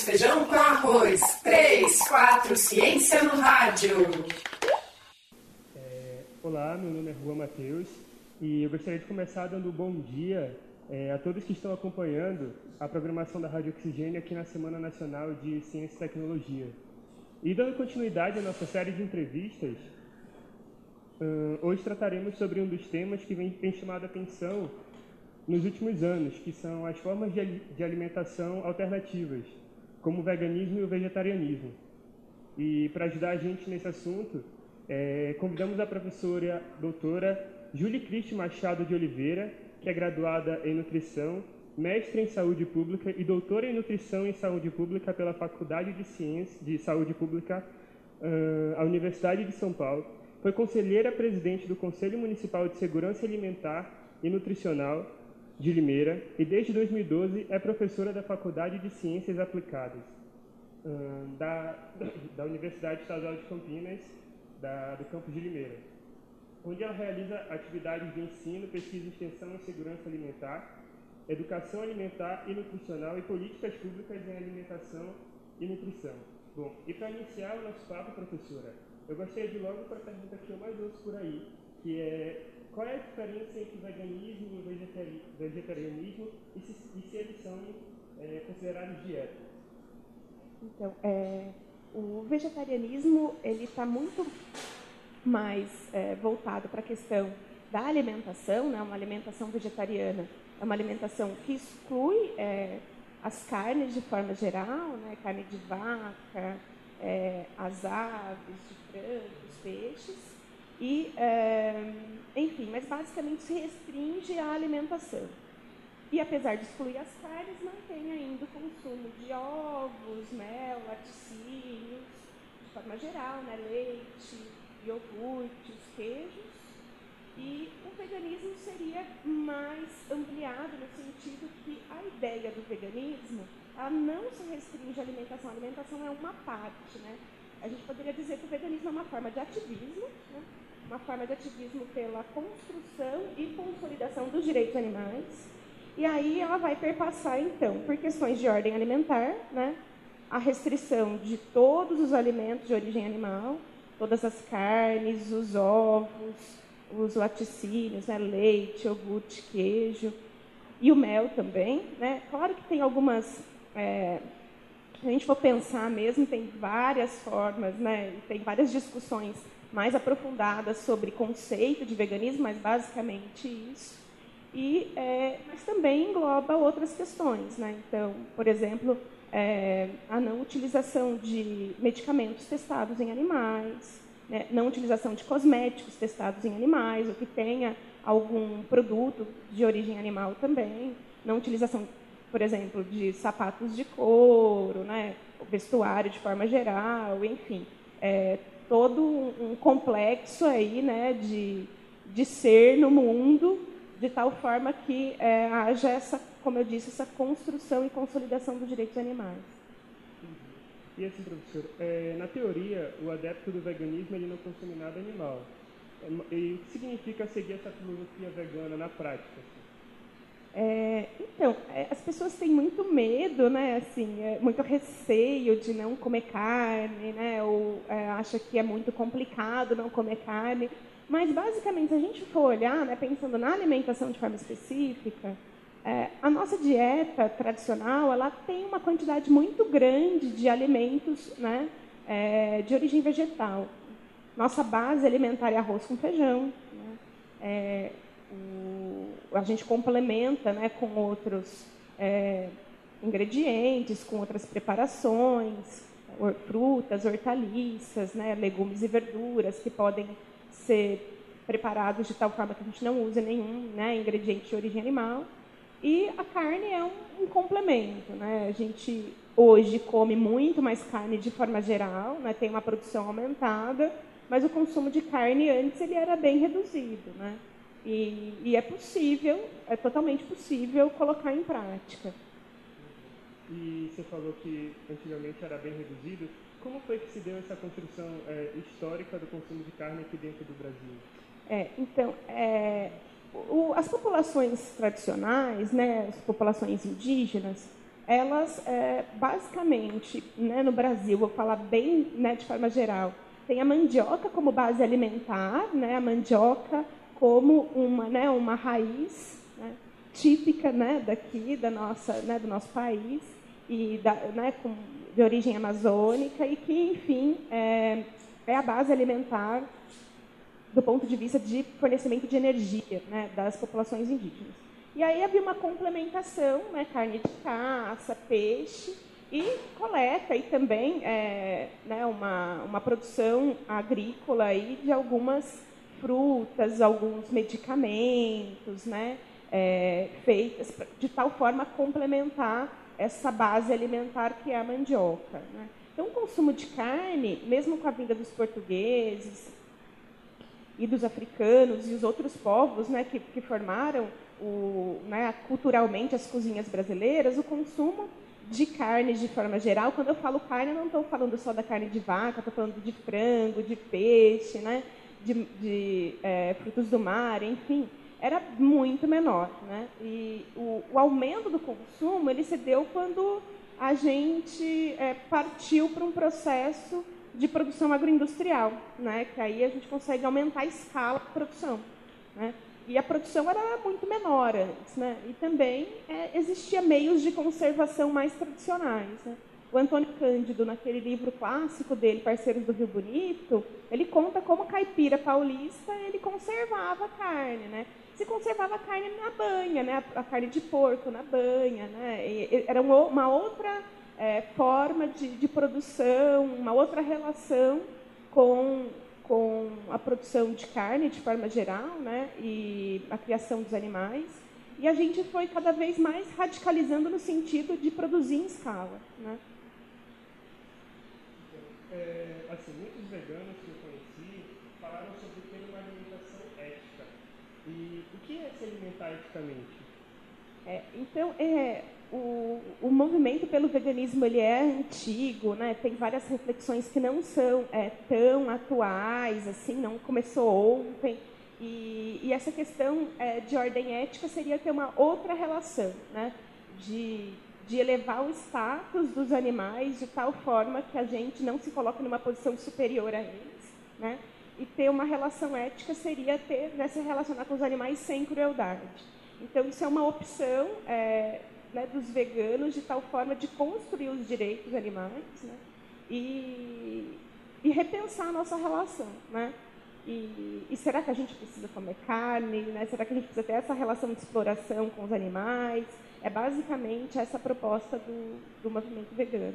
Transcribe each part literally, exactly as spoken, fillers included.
faz feijão com arroz. Três, quatro, ciência no rádio. É, olá, meu nome é Juan Matheus e eu gostaria de começar dando um bom dia é, a todos que estão acompanhando a programação da Rádio Oxigênio aqui na Semana Nacional de Ciência e Tecnologia. E dando continuidade à nossa série de entrevistas, uh, hoje trataremos sobre um dos temas que vem, tem chamado a atenção nos últimos anos, que são as formas de, de alimentação alternativas, como o veganismo e o vegetarianismo. E para ajudar a gente nesse assunto, é, convidamos a professora doutora Julie Cristi Machado de Oliveira, que é graduada em nutrição, mestre em saúde pública e doutora em nutrição e saúde pública pela Faculdade de Ciências de Saúde Pública, uh, a Universidade de São Paulo. Foi conselheira presidente do Conselho Municipal de Segurança Alimentar e Nutricional de Limeira e desde dois mil e doze é professora da Faculdade de Ciências Aplicadas uh, da, da Universidade Estadual de Campinas, da, do campus de Limeira, onde ela realiza atividades de ensino, pesquisa, extensão e segurança alimentar, educação alimentar e nutricional e políticas públicas em alimentação e nutrição. Bom, e para iniciar o nosso papo, professora, eu gostaria de ir logo para a pergunta que eu mais ouço por aí, que é: qual é a diferença entre o veganismo e o vegetarianismo e se, e se eles são é, considerados dieta? Então, é, o vegetarianismo ele está muito mais é, voltado para a questão da alimentação, né? Uma alimentação vegetariana é uma alimentação que exclui é, as carnes de forma geral, né? Carne de vaca, é, as aves, de frango, os peixes. E, é, enfim, mas basicamente se restringe à alimentação. E apesar de excluir as carnes, mantém ainda o consumo de ovos, mel, laticínios, de forma geral, né? Leite, iogurtes, queijos. E o veganismo seria mais ampliado no sentido que a ideia do veganismo ela não se restringe à alimentação. A alimentação é uma parte, né? A gente poderia dizer que o veganismo é uma forma de ativismo, né? Uma forma de ativismo pela construção e consolidação dos direitos animais. E aí ela vai perpassar, então, por questões de ordem alimentar, né? A restrição de todos os alimentos de origem animal, todas as carnes, os ovos, os laticínios, né? Leite, iogurte, queijo e o mel também, né? Claro que tem algumas... É, se a gente for pensar mesmo, tem várias formas, né? Tem várias discussões mais aprofundadas sobre conceito de veganismo, mas basicamente isso. E, é, mas também engloba outras questões, né? Então, por exemplo, é, a não utilização de medicamentos testados em animais, né? Não utilização de cosméticos testados em animais, ou que tenha algum produto de origem animal também, não utilização, por exemplo, de sapatos de couro, né? O vestuário de forma geral, enfim, é, todo um complexo aí, né, de, de ser no mundo, de tal forma que é, haja essa, como eu disse, essa construção e consolidação dos direitos animais. E assim, professor, é, na teoria, o adepto do veganismo ele não consome nada animal. E o que significa seguir essa filosofia vegana na prática? É, então, é, as pessoas têm muito medo, né, assim, é, muito receio de não comer carne, né, ou é, acha que é muito complicado não comer carne. Mas, basicamente, se a gente for olhar, né, pensando na alimentação de forma específica, é, a nossa dieta tradicional ela tem uma quantidade muito grande de alimentos, né, é, de origem vegetal. Nossa base alimentar é arroz com feijão, né, é, o, a gente complementa, né, com outros é, ingredientes, com outras preparações, or, frutas, hortaliças, né, legumes e verduras que podem ser preparados de tal forma que a gente não use nenhum, né, ingrediente de origem animal. E a carne é um, um complemento, né? A gente hoje come muito mais carne de forma geral, né? Tem uma produção aumentada, mas o consumo de carne antes ele era bem reduzido, né? E, e é possível, é totalmente possível colocar em prática. E você falou que antigamente era bem reduzido. Como foi que se deu essa construção é, histórica do consumo de carne aqui dentro do Brasil? É, então, é, o, as populações tradicionais, né, as populações indígenas, elas, é, basicamente, né, no Brasil, vou falar bem, né, de forma geral, tem a mandioca como base alimentar, né, a mandioca como uma, né, uma raiz, né, típica, né, daqui, da nossa, né, do nosso país, e da, né, com, de origem amazônica, e que, enfim, é, é a base alimentar do ponto de vista de fornecimento de energia, né, das populações indígenas. E aí havia uma complementação, né, carne de caça, peixe, e coleta, e também é, né, uma, uma produção agrícola aí de algumas frutas, alguns medicamentos, né, é, feitas de tal forma a complementar essa base alimentar que é a mandioca, né. Então, o consumo de carne, mesmo com a vinda dos portugueses e dos africanos e os outros povos, né, que, que formaram o, né, culturalmente as cozinhas brasileiras, o consumo de carne de forma geral, quando eu falo carne, eu não estou falando só da carne de vaca, estou falando de frango, de peixe, né, de, de é, frutos do mar, enfim, era muito menor, né? E o, o aumento do consumo ele se deu quando a gente é, partiu para um processo de produção agroindustrial, né? Que aí a gente consegue aumentar a escala da produção, né? E a produção era muito menor antes, né? E também é, existia meios de conservação mais tradicionais, né? O Antônio Cândido, naquele livro clássico dele, Parceiros do Rio Bonito, ele conta como caipira paulista ele conservava a carne, né? Se conservava a carne na banha, né? A carne de porco na banha, né? E era uma outra é, forma de, de produção, uma outra relação com, com a produção de carne de forma geral, né? E a criação dos animais. E a gente foi cada vez mais radicalizando no sentido de produzir em escala, né? É, assim, muitos veganos que eu conheci falaram sobre ter uma alimentação ética. E o que é se alimentar eticamente? É, então, é, o, o movimento pelo veganismo ele é antigo, né? Tem várias reflexões que não são é, tão atuais, assim, não começou ontem. E, e essa questão é, de ordem ética seria ter uma outra relação, né? De, de elevar o status dos animais de tal forma que a gente não se coloque numa posição superior a eles, né? E ter uma relação ética seria ter, né, se relacionar com os animais sem crueldade. Então, isso é uma opção é, né, dos veganos de tal forma de construir os direitos animais, né? E, e repensar a nossa relação, né? E, e será que a gente precisa comer carne, né? Será que a gente precisa ter essa relação de exploração com os animais? É basicamente essa proposta do, do movimento vegano.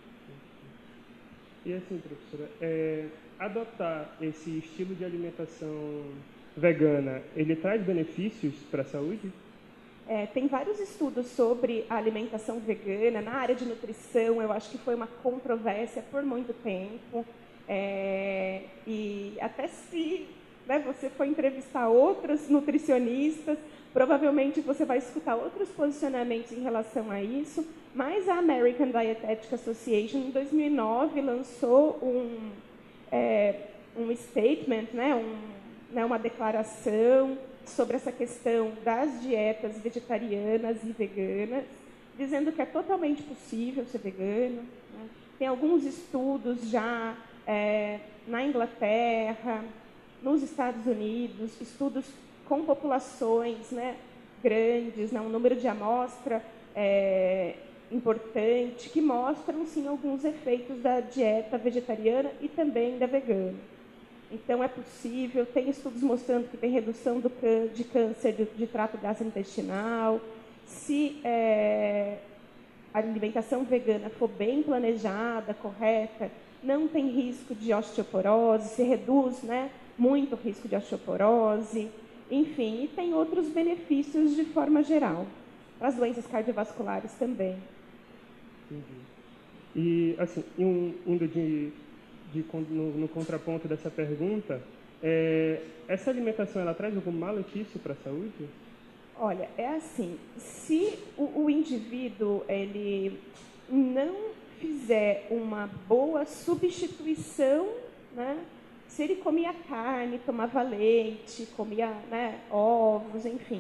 E assim, professora, é, adotar esse estilo de alimentação vegana, ele traz benefícios para a saúde? É, tem vários estudos sobre a alimentação vegana. Na área de nutrição, eu acho que foi uma controvérsia por muito tempo. É, e até se né, você for entrevistar outros nutricionistas, provavelmente você vai escutar outros posicionamentos em relação a isso, mas a American Dietetic Association, em dois mil e nove, lançou um, é, um statement, né, um, né, uma declaração sobre essa questão das dietas vegetarianas e veganas, dizendo que é totalmente possível ser vegano, né? Tem alguns estudos já é, na Inglaterra, nos Estados Unidos, estudos com populações, né, grandes, né, um número de amostra é, importante, que mostram, sim, alguns efeitos da dieta vegetariana e também da vegana. Então, é possível, tem estudos mostrando que tem redução do can de câncer de, de trato gastrointestinal. Se é, a alimentação vegana for bem planejada, correta, não tem risco de osteoporose, se reduz, né, muito o risco de osteoporose. Enfim, e tem outros benefícios de forma geral. Para as doenças cardiovasculares também. Entendi. E, assim, um, indo de, de, no, no contraponto dessa pergunta, é, essa alimentação, ela traz algum malefício para a saúde? Olha, é assim, se o, o indivíduo ele não fizer uma boa substituição, né? Se ele comia carne, tomava leite, comia, né, ovos, enfim.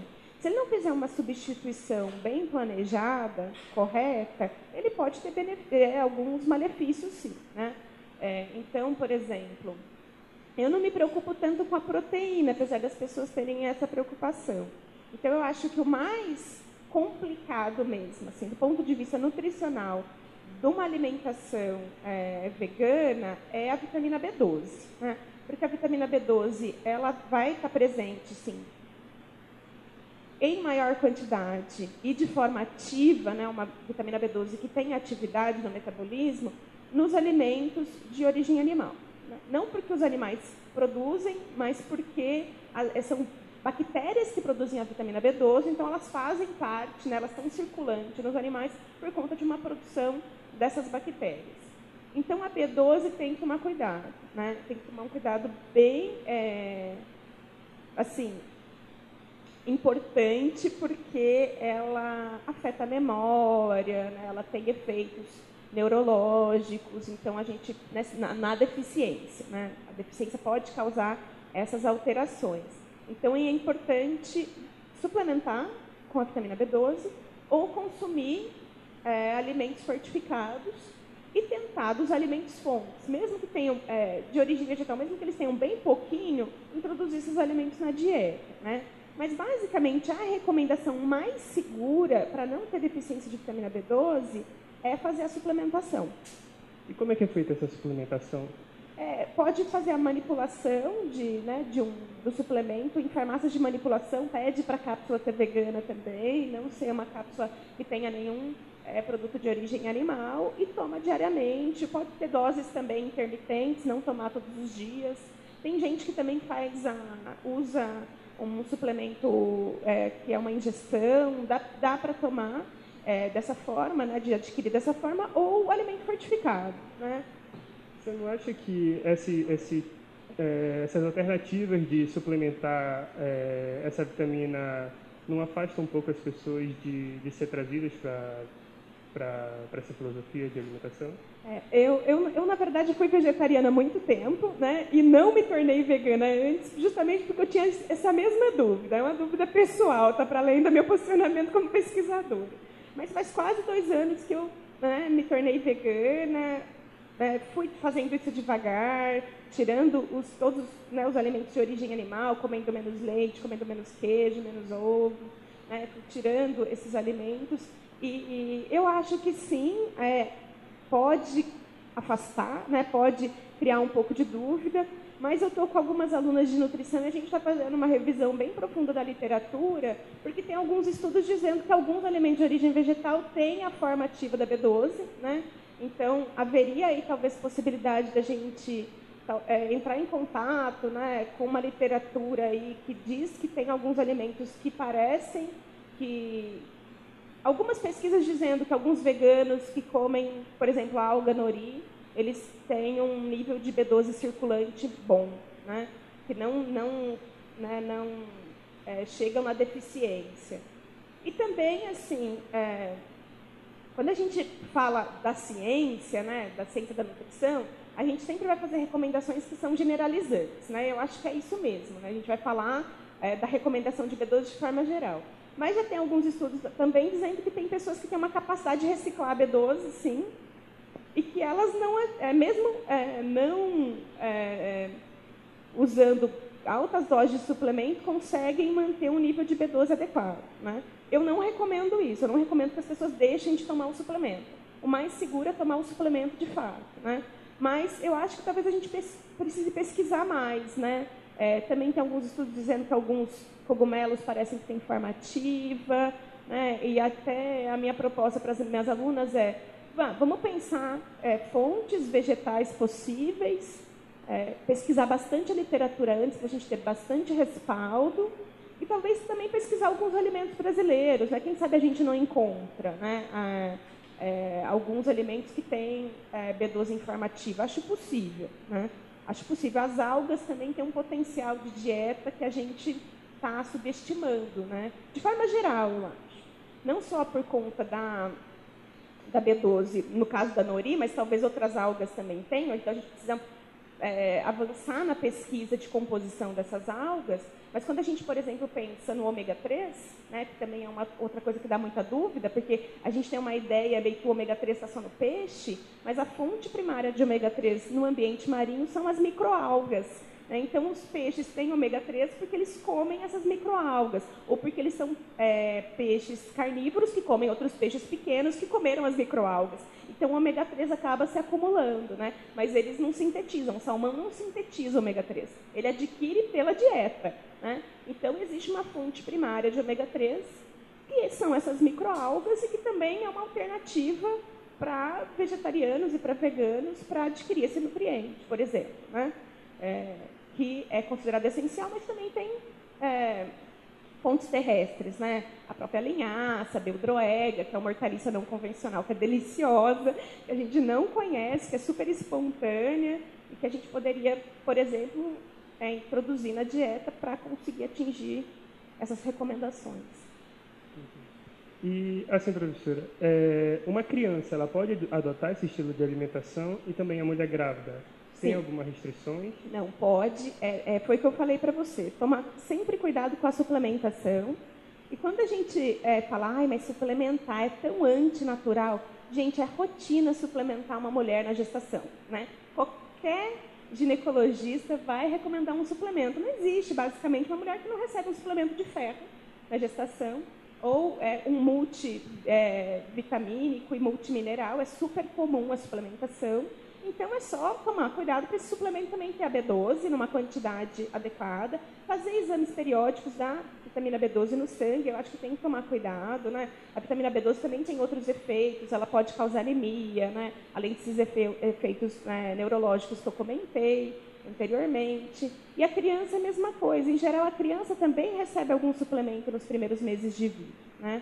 Se ele não fizer uma substituição bem planejada, correta, ele pode ter benef- alguns malefícios, sim, né? É, então, por exemplo, eu não me preocupo tanto com a proteína, apesar das pessoas terem essa preocupação. Então, eu acho que o mais complicado mesmo, assim, do ponto de vista nutricional, de uma alimentação é, vegana, é a vitamina B doze, né? Porque a vitamina B doze, ela vai estar presente, sim, em maior quantidade e de forma ativa, né, uma vitamina B doze que tem atividade no metabolismo, nos alimentos de origem animal. Né? Não porque os animais produzem, mas porque a, são bactérias que produzem a vitamina B doze, então elas fazem parte, né, elas estão circulantes nos animais por conta de uma produção dessas bactérias. Então a B doze tem que tomar cuidado, né? Tem que tomar um cuidado bem, é, assim, importante, porque ela afeta a memória, né? Ela tem efeitos neurológicos, então a gente, né, na, na deficiência, né? A deficiência pode causar essas alterações. Então é importante suplementar com a vitamina B doze ou consumir é, alimentos fortificados e tentar dos alimentos fontes, mesmo que tenham é, de origem vegetal, mesmo que eles tenham bem pouquinho, introduzir esses alimentos na dieta, né? Mas, basicamente, a recomendação mais segura para não ter deficiência de vitamina B doze é fazer a suplementação. E como é que é feita essa suplementação? É, pode fazer a manipulação de, né, de um, do suplemento. Em farmácias de manipulação, pede para a cápsula ser vegana também, não ser uma cápsula que tenha nenhum é, produto de origem animal, e toma diariamente. Pode ter doses também intermitentes, não tomar todos os dias. Tem gente que também faz a, usa um suplemento é, que é uma ingestão, dá, dá para tomar é, dessa forma, né, de adquirir dessa forma, ou o alimento fortificado, né? Você não acha que esse, esse, é, essas alternativas de suplementar é, essa vitamina não afastam um pouco as pessoas de, de ser trazidas para essa filosofia de alimentação? É, eu, eu, eu, na verdade, fui vegetariana há muito tempo, né, e não me tornei vegana antes, justamente porque eu tinha essa mesma dúvida. É uma dúvida pessoal, está para além do meu posicionamento como pesquisadora. Mas faz quase dois anos que eu, né, me tornei vegana. É, fui fazendo isso devagar, tirando os, todos, né, os alimentos de origem animal, comendo menos leite, comendo menos queijo, menos ovo, né, tirando esses alimentos. E, e eu acho que sim, é, pode afastar, né, pode criar um pouco de dúvida, mas eu estou com algumas alunas de nutrição e a gente está fazendo uma revisão bem profunda da literatura, porque tem alguns estudos dizendo que alguns alimentos de origem vegetal têm a forma ativa da B doze, né? Então, haveria aí talvez possibilidade da gente é, entrar em contato, né, com uma literatura aí que diz que tem alguns alimentos que parecem que... Algumas pesquisas dizendo que alguns veganos que comem, por exemplo, a alga nori, eles têm um nível de B doze circulante bom, né, que não, não, né, não é, chegam na deficiência. E também, assim... É, quando a gente fala da ciência, né, da ciência da nutrição, a gente sempre vai fazer recomendações que são generalizantes, né? Eu acho que é isso mesmo, né? A gente vai falar é, da recomendação de B doze de forma geral. Mas já tem alguns estudos também dizendo que tem pessoas que têm uma capacidade de reciclar a B doze, sim, e que elas não, é, mesmo é, não é, é, usando altas doses de suplemento, conseguem manter um nível de B doze adequado, né? Eu não recomendo isso, eu não recomendo que as pessoas deixem de tomar o suplemento. O mais seguro é tomar o suplemento de fato, né? Mas eu acho que talvez a gente pes- precise pesquisar mais, né? É, também tem alguns estudos dizendo que alguns cogumelos parecem que têm forma ativa, né? E até a minha proposta para as minhas alunas é, vamos pensar é, fontes vegetais possíveis, é, pesquisar bastante a literatura antes para a gente ter bastante respaldo, e talvez também pesquisar alguns alimentos brasileiros, né? Quem sabe a gente não encontra, né, é, é, alguns alimentos que têm é, B doze em forma ativa. Acho possível, né? Acho possível. As algas também têm um potencial de dieta que a gente está subestimando, né? De forma geral, eu acho. Não só por conta da, da B doze, no caso da nori, mas talvez outras algas também tenham. Então a gente precisa é, avançar na pesquisa de composição dessas algas, mas quando a gente, por exemplo, pensa no ômega três, né, que também é uma outra coisa que dá muita dúvida, porque a gente tem uma ideia meio que o ômega três está só no peixe, mas a fonte primária de ômega três no ambiente marinho são as microalgas. Né? Então, os peixes têm ômega três porque eles comem essas microalgas, ou porque eles são é, peixes carnívoros que comem outros peixes pequenos que comeram as microalgas. Então, o ômega três acaba se acumulando, né? Mas eles não sintetizam, o salmão não sintetiza ômega três, ele adquire pela dieta. Né? Então, existe uma fonte primária de ômega três, que são essas microalgas, e que também é uma alternativa para vegetarianos e para veganos para adquirir esse nutriente, por exemplo. Né? É, que é considerado essencial, mas também tem é, fontes terrestres, né? A própria linhaça, a beldroega, que é uma hortaliça não convencional, que é deliciosa, que a gente não conhece, que é super espontânea, e que a gente poderia, por exemplo, é, introduzir na dieta para conseguir atingir essas recomendações. E, assim, professora, é, uma criança, ela pode adotar esse estilo de alimentação, e também a mulher grávida? Tem Sim. algumas restrições? Não, pode. É, é, foi o que eu falei para você. Tomar sempre cuidado com a suplementação. E quando a gente é, fala, ai, mas suplementar é tão antinatural, gente, é rotina suplementar uma mulher na gestação. Né? Qualquer ginecologista vai recomendar um suplemento. Não existe, basicamente, uma mulher que não recebe um suplemento de ferro na gestação, ou é, um multivitamínico é, e multimineral. É super comum a suplementação. Então, é só tomar cuidado para esse suplemento também ter a B doze numa quantidade adequada, fazer exames periódicos da vitamina B doze no sangue, eu acho que tem que tomar cuidado. Né? A vitamina B doze também tem outros efeitos, ela pode causar anemia, né? Além desses efe efeitos né, neurológicos que eu comentei anteriormente. E a criança é a mesma coisa, em geral a criança também recebe algum suplemento nos primeiros meses de vida. Né?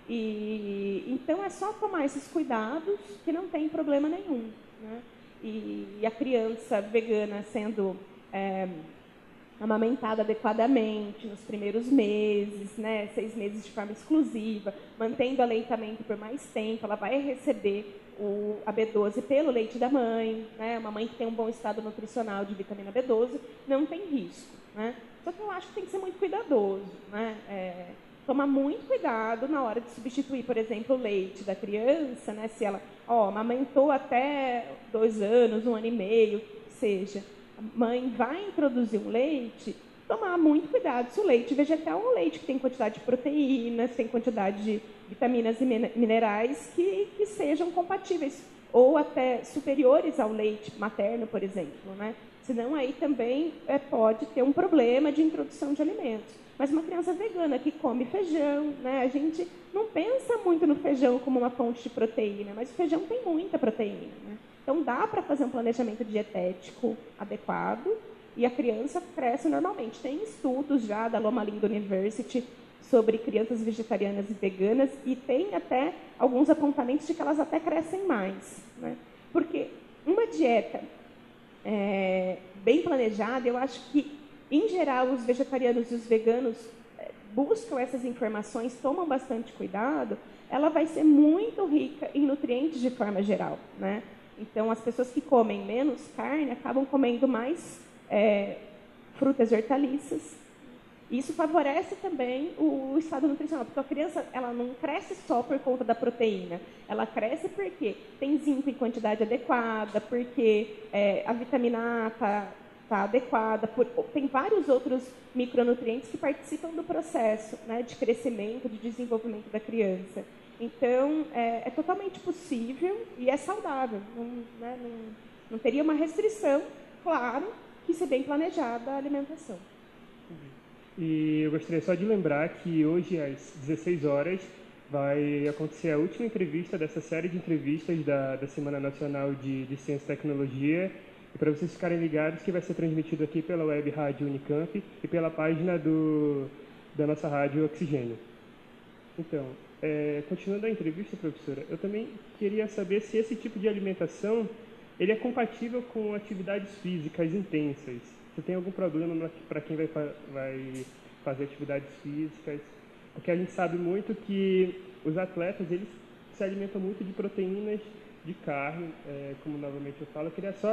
E, então, é só tomar esses cuidados que não tem problema nenhum. Né? E a criança vegana sendo é, amamentada adequadamente nos primeiros meses, né, seis meses de forma exclusiva, mantendo o aleitamento por mais tempo, ela vai receber o, a B doze pelo leite da mãe. Né, uma mãe que tem um bom estado nutricional de vitamina B doze não tem risco. Né, só que eu acho que tem que ser muito cuidadoso. Né, é, tomar muito cuidado na hora de substituir, por exemplo, o leite da criança, né? Se ela ó, amamentou até dois anos, um ano e meio, que seja, a mãe vai introduzir um leite, tomar muito cuidado se o leite vegetal é um leite que tem quantidade de proteínas, tem quantidade de vitaminas e minerais que, que sejam compatíveis, ou até superiores ao leite materno, por exemplo. Né? Senão aí também é, pode ter um problema de introdução de alimentos. Mas uma criança vegana que come feijão, né? A gente não pensa muito no feijão como uma fonte de proteína, mas o feijão tem muita proteína. Né? Então dá para fazer um planejamento dietético adequado e a criança cresce normalmente. Tem estudos já da Loma Linda University sobre crianças vegetarianas e veganas e tem até alguns apontamentos de que elas até crescem mais. Né? Porque uma dieta é, bem planejada, eu acho que em geral, os vegetarianos e os veganos buscam essas informações, tomam bastante cuidado, ela vai ser muito rica em nutrientes de forma geral. Né? Então, as pessoas que comem menos carne acabam comendo mais é, frutas e hortaliças. Isso favorece também o, o estado nutricional, porque a criança ela não cresce só por conta da proteína, ela cresce porque tem zinco em quantidade adequada, porque é, a vitamina A está tá adequada, por, tem vários outros micronutrientes que participam do processo, né, de crescimento, de desenvolvimento da criança. Então, é, é totalmente possível e é saudável. Não, né, não, não teria uma restrição, claro, que se bem planejada a alimentação. E eu gostaria só de lembrar que hoje, às dezesseis horas, vai acontecer a última entrevista dessa série de entrevistas da, da Semana Nacional de, de Ciência e Tecnologia. E para vocês ficarem ligados, que vai ser transmitido aqui pela web rádio Unicamp e pela página do, da nossa rádio Oxigênio. Então, é, continuando a entrevista, professora, eu também queria saber se esse tipo de alimentação ele é compatível com atividades físicas intensas. Você tem algum problema para quem vai, vai fazer atividades físicas? Porque a gente sabe muito que os atletas eles se alimentam muito de proteínas de carne, é, como novamente eu falo. Eu queria só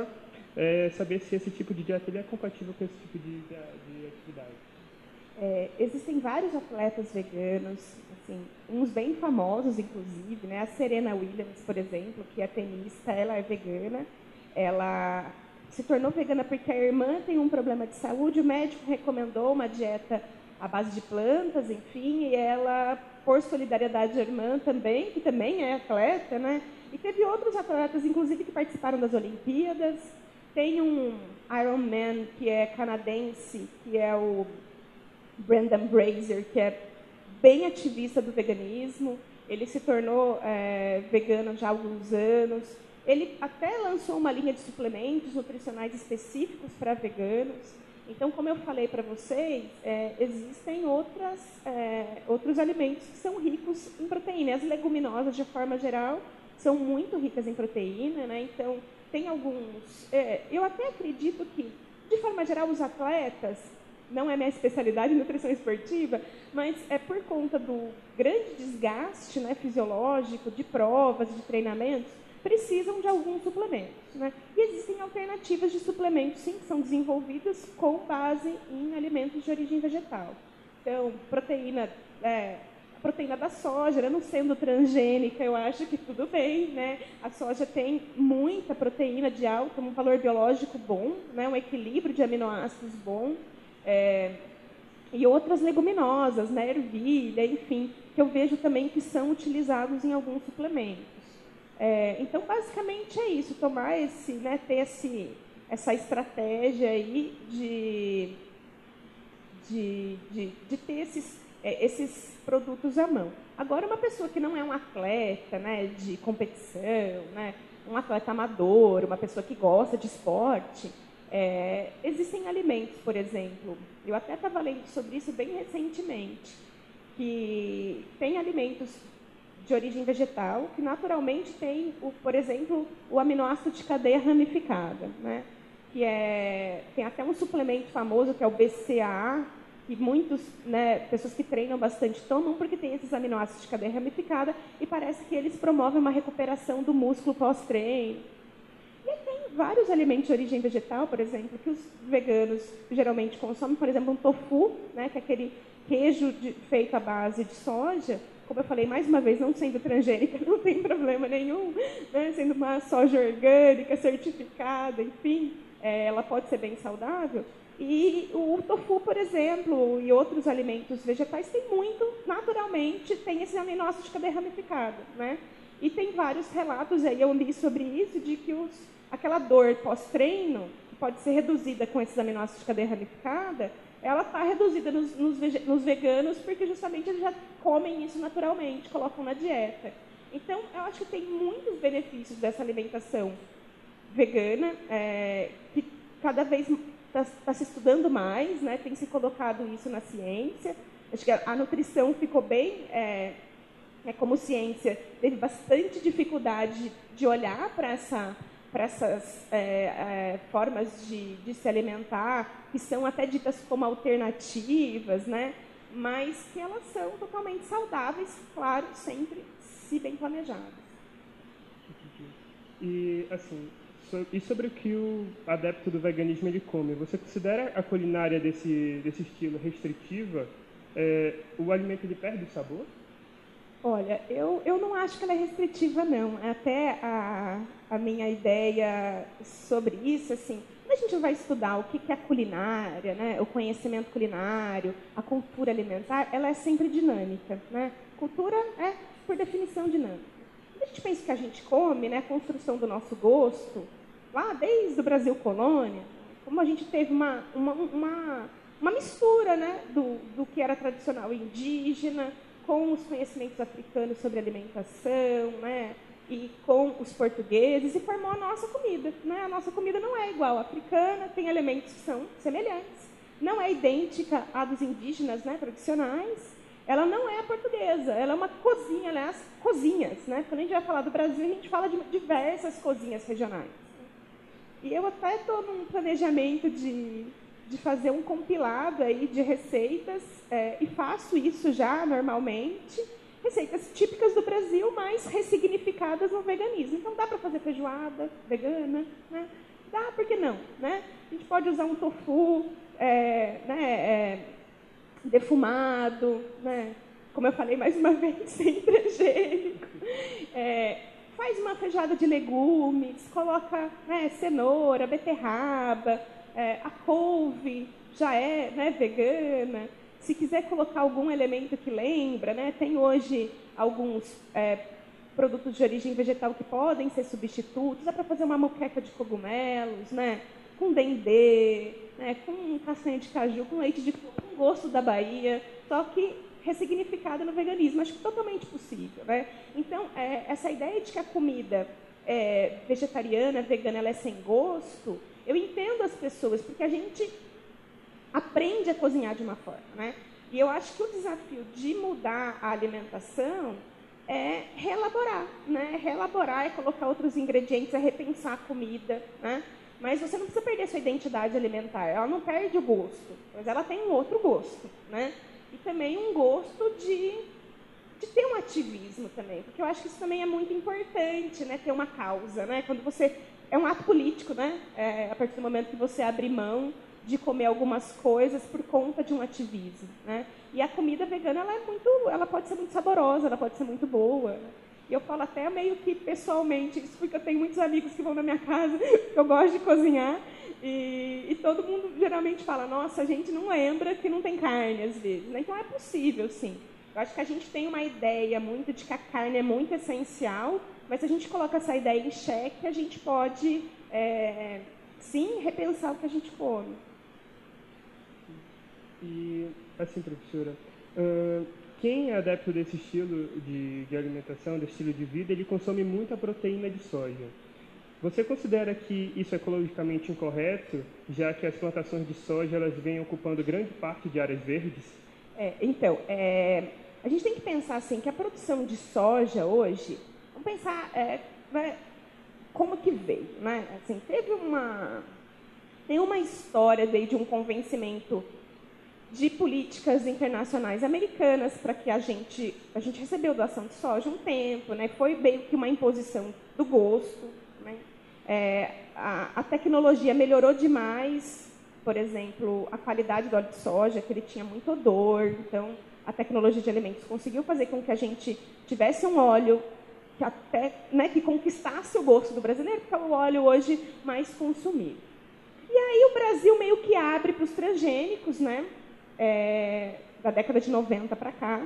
é saber se esse tipo de dieta ele é compatível com esse tipo de, de, de atividade. É, existem vários atletas veganos, assim, uns bem famosos, inclusive, né? A Serena Williams, por exemplo, que é tenista, ela é vegana. Ela se tornou vegana porque a irmã tem um problema de saúde, o médico recomendou uma dieta à base de plantas, enfim, e ela, por solidariedade à irmã também, que também é atleta, né? E teve outros atletas, inclusive, que participaram das Olimpíadas. Tem um Ironman que é canadense, que é o Brendan Brazier, que é bem ativista do veganismo. Ele se tornou é, vegano já há alguns anos. Ele até lançou uma linha de suplementos nutricionais específicos para veganos. Então, como eu falei para vocês, é, existem outras, é, outros alimentos que são ricos em proteína. As leguminosas, de forma geral, são muito ricas em proteína, né? Então, tem alguns... É, eu até acredito que, de forma geral, os atletas, não é minha especialidade em nutrição esportiva, mas é por conta do grande desgaste, né, fisiológico, de provas, de treinamentos, precisam de alguns suplementos, né? E existem alternativas de suplementos, sim, que são desenvolvidas com base em alimentos de origem vegetal. Então, proteína, é, a proteína da soja, né, não sendo transgênica, eu acho que tudo bem, né? A soja tem muita proteína de alto, um valor biológico bom, né, um equilíbrio de aminoácidos bom, é, e outras leguminosas, né, ervilha, enfim, que eu vejo também que são utilizados em alguns suplementos. É, então, basicamente é isso, tomar esse, né, ter esse, essa estratégia aí de, de, de, de ter esses, é, esses produtos à mão. Agora, uma pessoa que não é um atleta, né, de competição, né, um atleta amador, uma pessoa que gosta de esporte, é, existem alimentos, por exemplo, eu até estava lendo sobre isso bem recentemente, que tem alimentos de origem vegetal, que naturalmente tem, o, por exemplo, o aminoácido de cadeia ramificada, né? Que é, tem até um suplemento famoso, que é o B C A A, que muitas, né, pessoas que treinam bastante tomam, porque tem esses aminoácidos de cadeia ramificada, e parece que eles promovem uma recuperação do músculo pós-treino. E aí tem vários alimentos de origem vegetal, por exemplo, que os veganos geralmente consomem, por exemplo, um tofu, né, que é aquele queijo de, feito à base de soja. Como eu falei, mais uma vez, não sendo transgênica, não tem problema nenhum, né? Sendo uma soja orgânica, certificada, enfim, é, ela pode ser bem saudável. E o tofu, por exemplo, e outros alimentos vegetais, tem muito, naturalmente, tem esse aminoácido de cadeia ramificada, né? E tem vários relatos, aí eu li sobre isso, de que os, aquela dor pós-treino, que pode ser reduzida com esses aminoácidos de cadeia ramificada, ela está reduzida nos, nos, nos veganos, porque justamente eles já comem isso naturalmente, colocam na dieta. Então, eu acho que tem muitos benefícios dessa alimentação vegana, é, que cada vez está tá se estudando mais, né, tem se colocado isso na ciência. Acho que a, a nutrição ficou bem, é, é, como ciência, teve bastante dificuldade de olhar para essa... para essas é, é, formas de, de se alimentar, que são até ditas como alternativas, né? Mas que elas são totalmente saudáveis, claro, sempre se bem planejadas. E, assim, so, e sobre o que o adepto do veganismo ele come? Você considera a culinária desse, desse estilo restritiva? É, o alimento ele perde o sabor? Olha, eu, eu não acho que ela é restritiva, não. Até a, a minha ideia sobre isso, assim, quando a gente vai estudar o que, que é culinária, né, o conhecimento culinário, a cultura alimentar, ela é sempre dinâmica, né? Cultura é, por definição, dinâmica. Quando a gente pensa que a gente come, né, a construção do nosso gosto, lá desde o Brasil colônia, como a gente teve uma, uma, uma, uma mistura, né, do, do que era tradicional indígena, com os conhecimentos africanos sobre alimentação, né, e com os portugueses, e formou a nossa comida, né? A nossa comida não é igual à africana, tem elementos que são semelhantes, não é idêntica à dos indígenas, né, tradicionais, ela não é a portuguesa, ela é uma cozinha, aliás, cozinhas, né? Quando a gente vai falar do Brasil, a gente fala de diversas cozinhas regionais. E eu até estou num planejamento de... de fazer um compilado aí de receitas, é, e faço isso já normalmente, receitas típicas do Brasil, mas ressignificadas no veganismo. Então, dá para fazer feijoada vegana, né? Dá, por que não? Né? A gente pode usar um tofu é, né, é, defumado, né? Como eu falei mais uma vez, sem transgênico. É, faz uma feijoada de legumes, coloca né, cenoura, beterraba, é, a couve já é né, vegana. Se quiser colocar algum elemento que lembra, né, tem hoje alguns é, produtos de origem vegetal que podem ser substitutos. Dá para fazer uma moqueca de cogumelos, né, com dendê, né, com castanha de caju, com leite de coco, com gosto da Bahia, só que ressignificada no veganismo. Acho que totalmente possível. Né? Então, é, essa ideia de que a comida é, vegetariana, vegana, ela é sem gosto, eu entendo as pessoas, porque a gente aprende a cozinhar de uma forma, né? E eu acho que o desafio de mudar a alimentação é reelaborar, né? Reelaborar é colocar outros ingredientes, é repensar a comida, né? Mas você não precisa perder sua identidade alimentar. Ela não perde o gosto, mas ela tem um outro gosto, né? E também um gosto de, de ter um ativismo também, porque eu acho que isso também é muito importante, né? Ter uma causa, né? Quando você é um ato político, né? É, a partir do momento que você abre mão de comer algumas coisas por conta de um ativismo, né? E a comida vegana, ela é muito, ela pode ser muito saborosa, ela pode ser muito boa. Né? E eu falo até meio que pessoalmente isso, porque eu tenho muitos amigos que vão na minha casa, que eu gosto de cozinhar, e, e todo mundo geralmente fala, nossa, a gente não lembra que não tem carne às vezes. Né? Então é possível, sim. Eu acho que a gente tem uma ideia muito de que a carne é muito essencial, mas se a gente coloca essa ideia em xeque, a gente pode, é, sim, repensar o que a gente come. E, assim, professora, uh, quem é adepto desse estilo de, de alimentação, desse estilo de vida, ele consome muita proteína de soja. Você considera que isso é ecologicamente incorreto, já que as plantações de soja elas vêm ocupando grande parte de áreas verdes? É, então, é, a gente tem que pensar assim, que a produção de soja hoje, vamos pensar é, como que veio, né? Assim, teve uma, tem uma história desde um convencimento de políticas internacionais americanas para que a gente, a gente recebeu doação de soja um tempo, né? Foi meio que uma imposição do gosto. Né? É, a, a tecnologia melhorou demais, por exemplo, a qualidade do óleo de soja, que ele tinha muito odor, então a tecnologia de alimentos conseguiu fazer com que a gente tivesse um óleo que até, né, que conquistasse o gosto do brasileiro, que é o óleo hoje mais consumido. E aí o Brasil meio que abre para os transgênicos, né? É, da década de noventa para cá.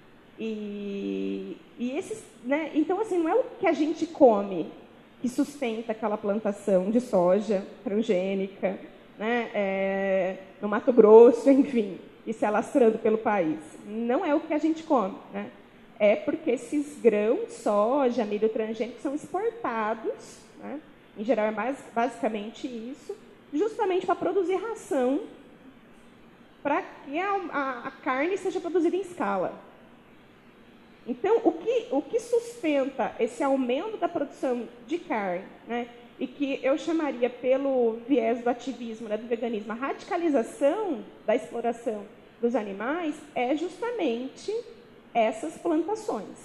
E, e esses, né, então, assim, não é o que a gente come que sustenta aquela plantação de soja transgênica, né, é, no Mato Grosso, enfim, e se alastrando pelo país. Não é o que a gente come. Né? É porque esses grãos, soja, milho transgênico, são exportados, né, em geral é mais, basicamente isso, justamente para produzir ração para que a, a, a carne seja produzida em escala. Então, o que, o que sustenta esse aumento da produção de carne, né, e que eu chamaria pelo viés do ativismo, né, do veganismo, a radicalização da exploração dos animais, é justamente essas plantações.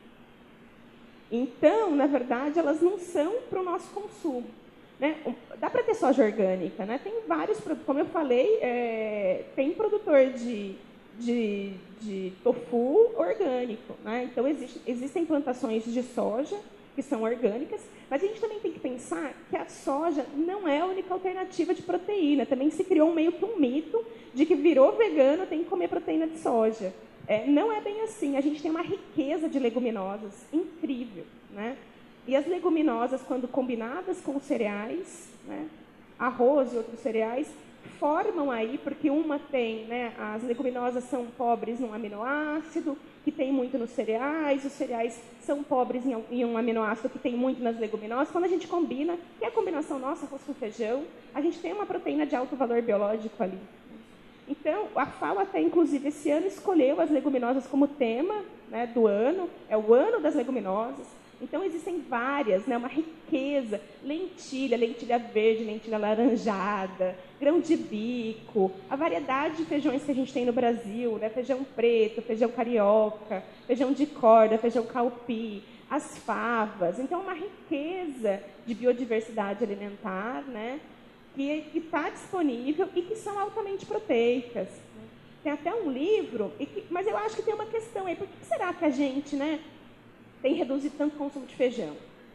Então, na verdade, elas não são para o nosso consumo. Né? Dá para ter soja orgânica, né? Tem vários produtos, como eu falei, é, tem produtor de, de, de tofu orgânico, né? Então existe, existem plantações de soja que são orgânicas, mas a gente também tem que pensar que a soja não é a única alternativa de proteína. Também se criou meio que um mito de que virou vegano tem que comer proteína de soja. É, não é bem assim, a gente tem uma riqueza de leguminosas incrível, né? E as leguminosas, quando combinadas com cereais, né, arroz e outros cereais, formam aí, porque uma tem, né, as leguminosas são pobres num aminoácido, que tem muito nos cereais, os cereais são pobres em, em um aminoácido que tem muito nas leguminosas. Quando a gente combina, que é a combinação nossa, arroz com feijão, a gente tem uma proteína de alto valor biológico ali. Então, a FAO até, inclusive, esse ano escolheu as leguminosas como tema, né, do ano, é o ano das leguminosas. Então, existem várias, né, uma riqueza, lentilha, lentilha verde, lentilha laranjada, grão de bico, a variedade de feijões que a gente tem no Brasil, né, feijão preto, feijão carioca, feijão de corda, feijão calpi, as favas. Então, é uma riqueza de biodiversidade alimentar, né, que está disponível e que são altamente proteicas. Tem até um livro, e que, mas eu acho que tem uma questão aí. Por que será que a gente, né, tem reduzido tanto o consumo de feijão?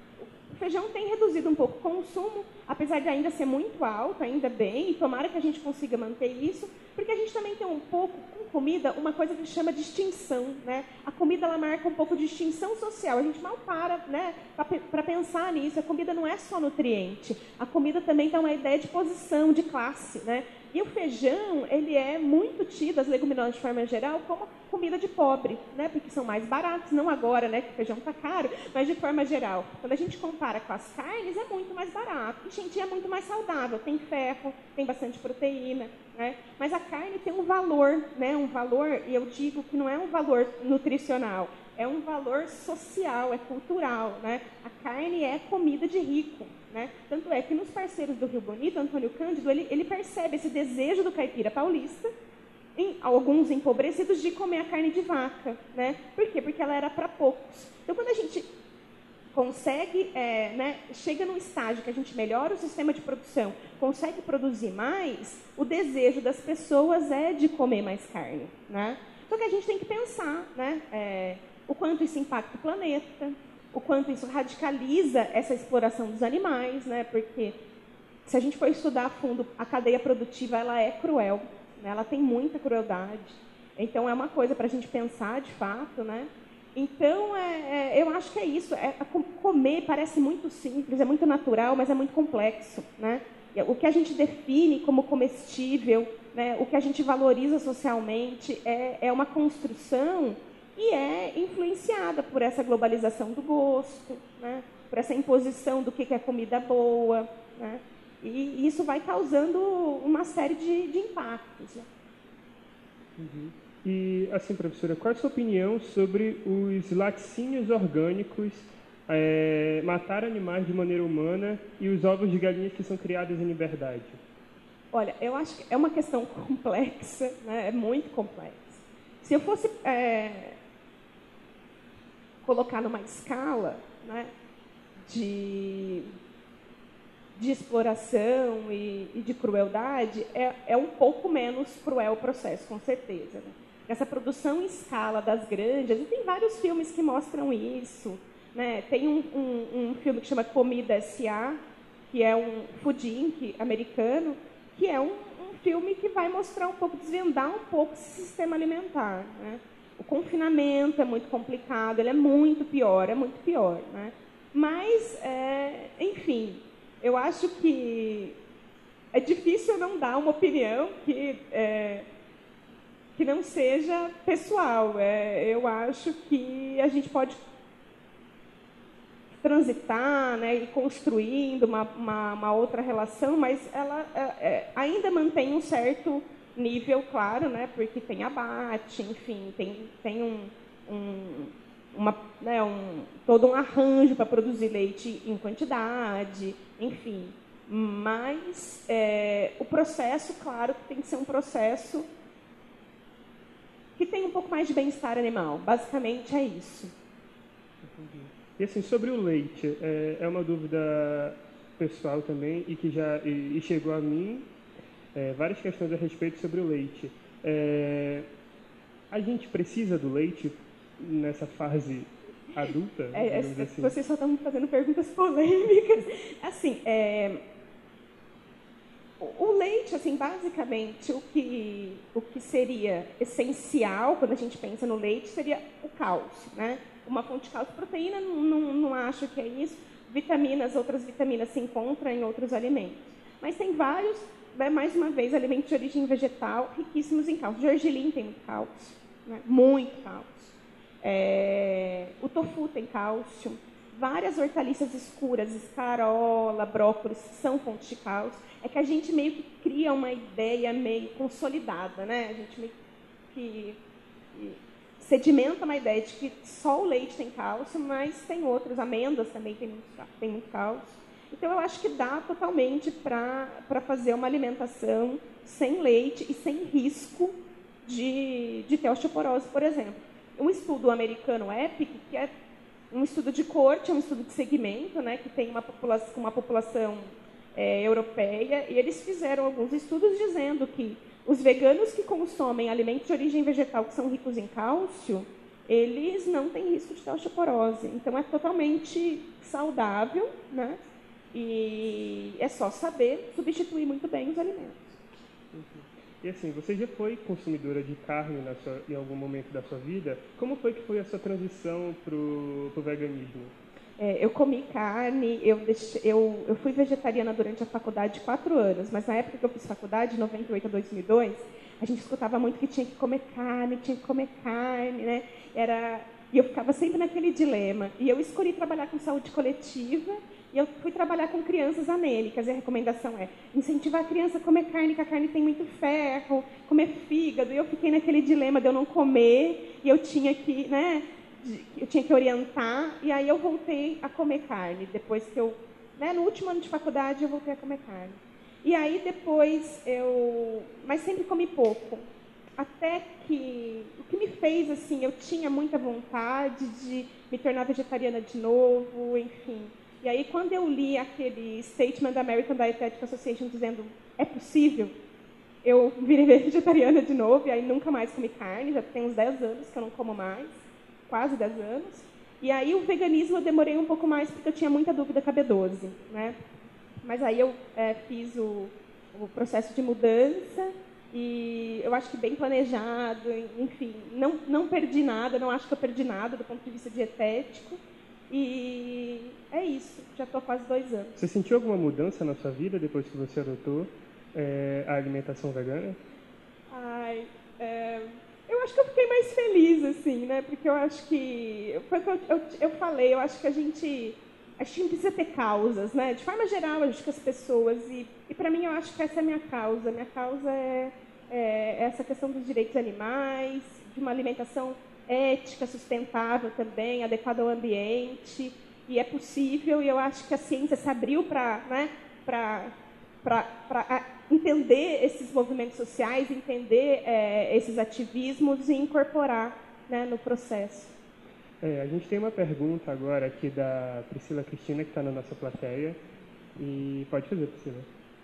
O feijão tem reduzido um pouco o consumo, apesar de ainda ser muito alto, ainda bem, e tomara que a gente consiga manter isso, porque a gente também tem um pouco, com comida, uma coisa que chama de extinção, né? A comida, ela marca um pouco de extinção social, a gente mal para, né, para pensar nisso. A comida não é só nutriente, a comida também tem uma ideia de posição, de classe, né? E o feijão, ele é muito tido, as leguminosas de forma geral, como comida de pobre, né? Porque são mais baratos, não agora, né, que o feijão está caro, mas de forma geral. Quando a gente compara com as carnes, é muito mais barato. E, gente, é muito mais saudável, tem ferro, tem bastante proteína, né? Mas a carne tem um valor, né? Um valor, e eu digo que não é um valor nutricional, é um valor social, é cultural, né? A carne é comida de rico, né? Tanto é que nos parceiros do Rio Bonito, Antônio Cândido, ele, ele percebe esse desejo do caipira paulista, em alguns empobrecidos, de comer a carne de vaca, né? Por quê? Porque ela era para poucos. Então, quando a gente consegue, é, né, chega num estágio que a gente melhora o sistema de produção, consegue produzir mais, o desejo das pessoas é de comer mais carne, né? Então, que a gente tem que pensar, né, é, o quanto isso impacta o planeta, o quanto isso radicaliza essa exploração dos animais, né? Porque se a gente for estudar a fundo, a cadeia produtiva, ela é cruel, né? Ela tem muita crueldade. Então, é uma coisa para a gente pensar, de fato, né? Então, é, é, eu acho que é isso. É, comer parece muito simples, é muito natural, mas é muito complexo, né? O que a gente define como comestível, né? O que a gente valoriza socialmente, é, é uma construção e é influenciada por essa globalização do gosto, né? Por essa imposição do que é comida boa, né? E isso vai causando uma série de, de impactos, né? Uhum. E, assim, professora, qual é a sua opinião sobre os laticínios orgânicos, é, matar animais de maneira humana e os ovos de galinhas que são criados em liberdade? Olha, eu acho que é uma questão complexa, né? É muito complexa. Se eu fosse é, colocar numa escala, né, de, de exploração e, e de crueldade, é, é um pouco menos cruel o processo, com certeza, né? Essa produção em escala das granjas, e tem vários filmes que mostram isso, né? Tem um, um, um filme que chama Comida S A, que é um food inc americano, que é um, um filme que vai mostrar um pouco, desvendar um pouco esse sistema alimentar, né? O confinamento é muito complicado, ele é muito pior, é muito pior, né? Mas, é, enfim, eu acho que é difícil não dar uma opinião que, é, que não seja pessoal. É, eu acho que a gente pode transitar, né, e construindo uma, uma, uma outra relação, mas ela é, é, ainda mantém um certo nível, claro, né, porque tem abate, enfim, tem, tem um, um, uma, né, um, todo um arranjo para produzir leite em quantidade, enfim. Mas é, o processo, claro, que tem que ser um processo que tem um pouco mais de bem-estar animal. Basicamente é isso. Entendi. E assim, sobre o leite, é, é uma dúvida pessoal também e que já e, e chegou a mim, é, várias questões a respeito sobre o leite. É, a gente precisa do leite nessa fase adulta? É, é, assim? Vocês só estão fazendo perguntas polêmicas. Assim, é, o, o leite, assim, basicamente, o que, o que seria essencial quando a gente pensa no leite seria o cálcio, né? Uma fonte de cálcio. Proteína, não, não, não acho que é isso. Vitaminas, outras vitaminas se encontram em outros alimentos. Mas tem vários, mais uma vez, alimentos de origem vegetal riquíssimos em cálcio. O gergelim tem muito cálcio, né? Muito cálcio. É, o tofu tem cálcio. Várias hortaliças escuras, escarola, brócolis, são fontes de cálcio. É que a gente meio que cria uma ideia meio consolidada, né? A gente meio que... que sedimenta uma ideia de que só o leite tem cálcio, mas tem outros, amêndoas também tem muito, tem muito cálcio. Então, eu acho que dá totalmente para fazer uma alimentação sem leite e sem risco de, de ter osteoporose, por exemplo. Um estudo americano EPIC, que é um estudo de corte, é um estudo de segmento, né, que tem uma população, uma população é, europeia, e eles fizeram alguns estudos dizendo que os veganos que consomem alimentos de origem vegetal que são ricos em cálcio, eles não têm risco de ter osteoporose. Então, é totalmente saudável, né? E é só saber substituir muito bem os alimentos. E assim, você já foi consumidora de carne na sua, em algum momento da sua vida? Como foi que foi a sua transição para o veganismo? É, eu comi carne, eu, deixei, eu, eu fui vegetariana durante a faculdade quatro anos, mas na época que eu fiz faculdade, de noventa e oito a dois mil e dois, a gente escutava muito que tinha que comer carne, tinha que comer carne, né? Era, e eu ficava sempre naquele dilema. E eu escolhi trabalhar com saúde coletiva, e eu fui trabalhar com crianças anêmicas, e a recomendação é incentivar a criança a comer carne, que a carne tem muito ferro, comer fígado, e eu fiquei naquele dilema de eu não comer, e eu tinha que, né, eu tinha que orientar, e aí eu voltei a comer carne, depois que eu, né, no último ano de faculdade, eu voltei a comer carne. E aí depois eu, mas sempre comi pouco, até que, o que me fez, assim, eu tinha muita vontade de me tornar vegetariana de novo, enfim. E aí, quando eu li aquele statement da American Dietetic Association dizendo é possível, eu virei vegetariana de novo, e aí nunca mais comi carne, já tem uns dez anos que eu não como mais, quase dez anos. E aí o veganismo eu demorei um pouco mais, porque eu tinha muita dúvida com a B doze, né? Mas aí eu é, fiz o, o processo de mudança, e eu acho que bem planejado, enfim, não, não perdi nada, não acho que eu perdi nada do ponto de vista dietético. E é isso, já estou há quase dois anos. Você sentiu alguma mudança na sua vida depois que você adotou é, a alimentação vegana? Ai, é, eu acho que eu fiquei mais feliz, assim, né? Porque eu acho que, foi o que eu, eu, eu falei, eu acho que a gente, a gente precisa ter causas, né? De forma geral, eu acho que as pessoas, e, e para mim eu acho que essa é a minha causa. Minha causa é, é essa questão dos direitos animais, de uma alimentação ética, sustentável também, adequada ao ambiente, e é possível, e eu acho que a ciência se abriu para, né, para entender esses movimentos sociais, entender é, esses ativismos e incorporar, né, no processo. É, a gente tem uma pergunta agora aqui da Priscila Cristina, que está na nossa plateia, e pode fazer, Priscila.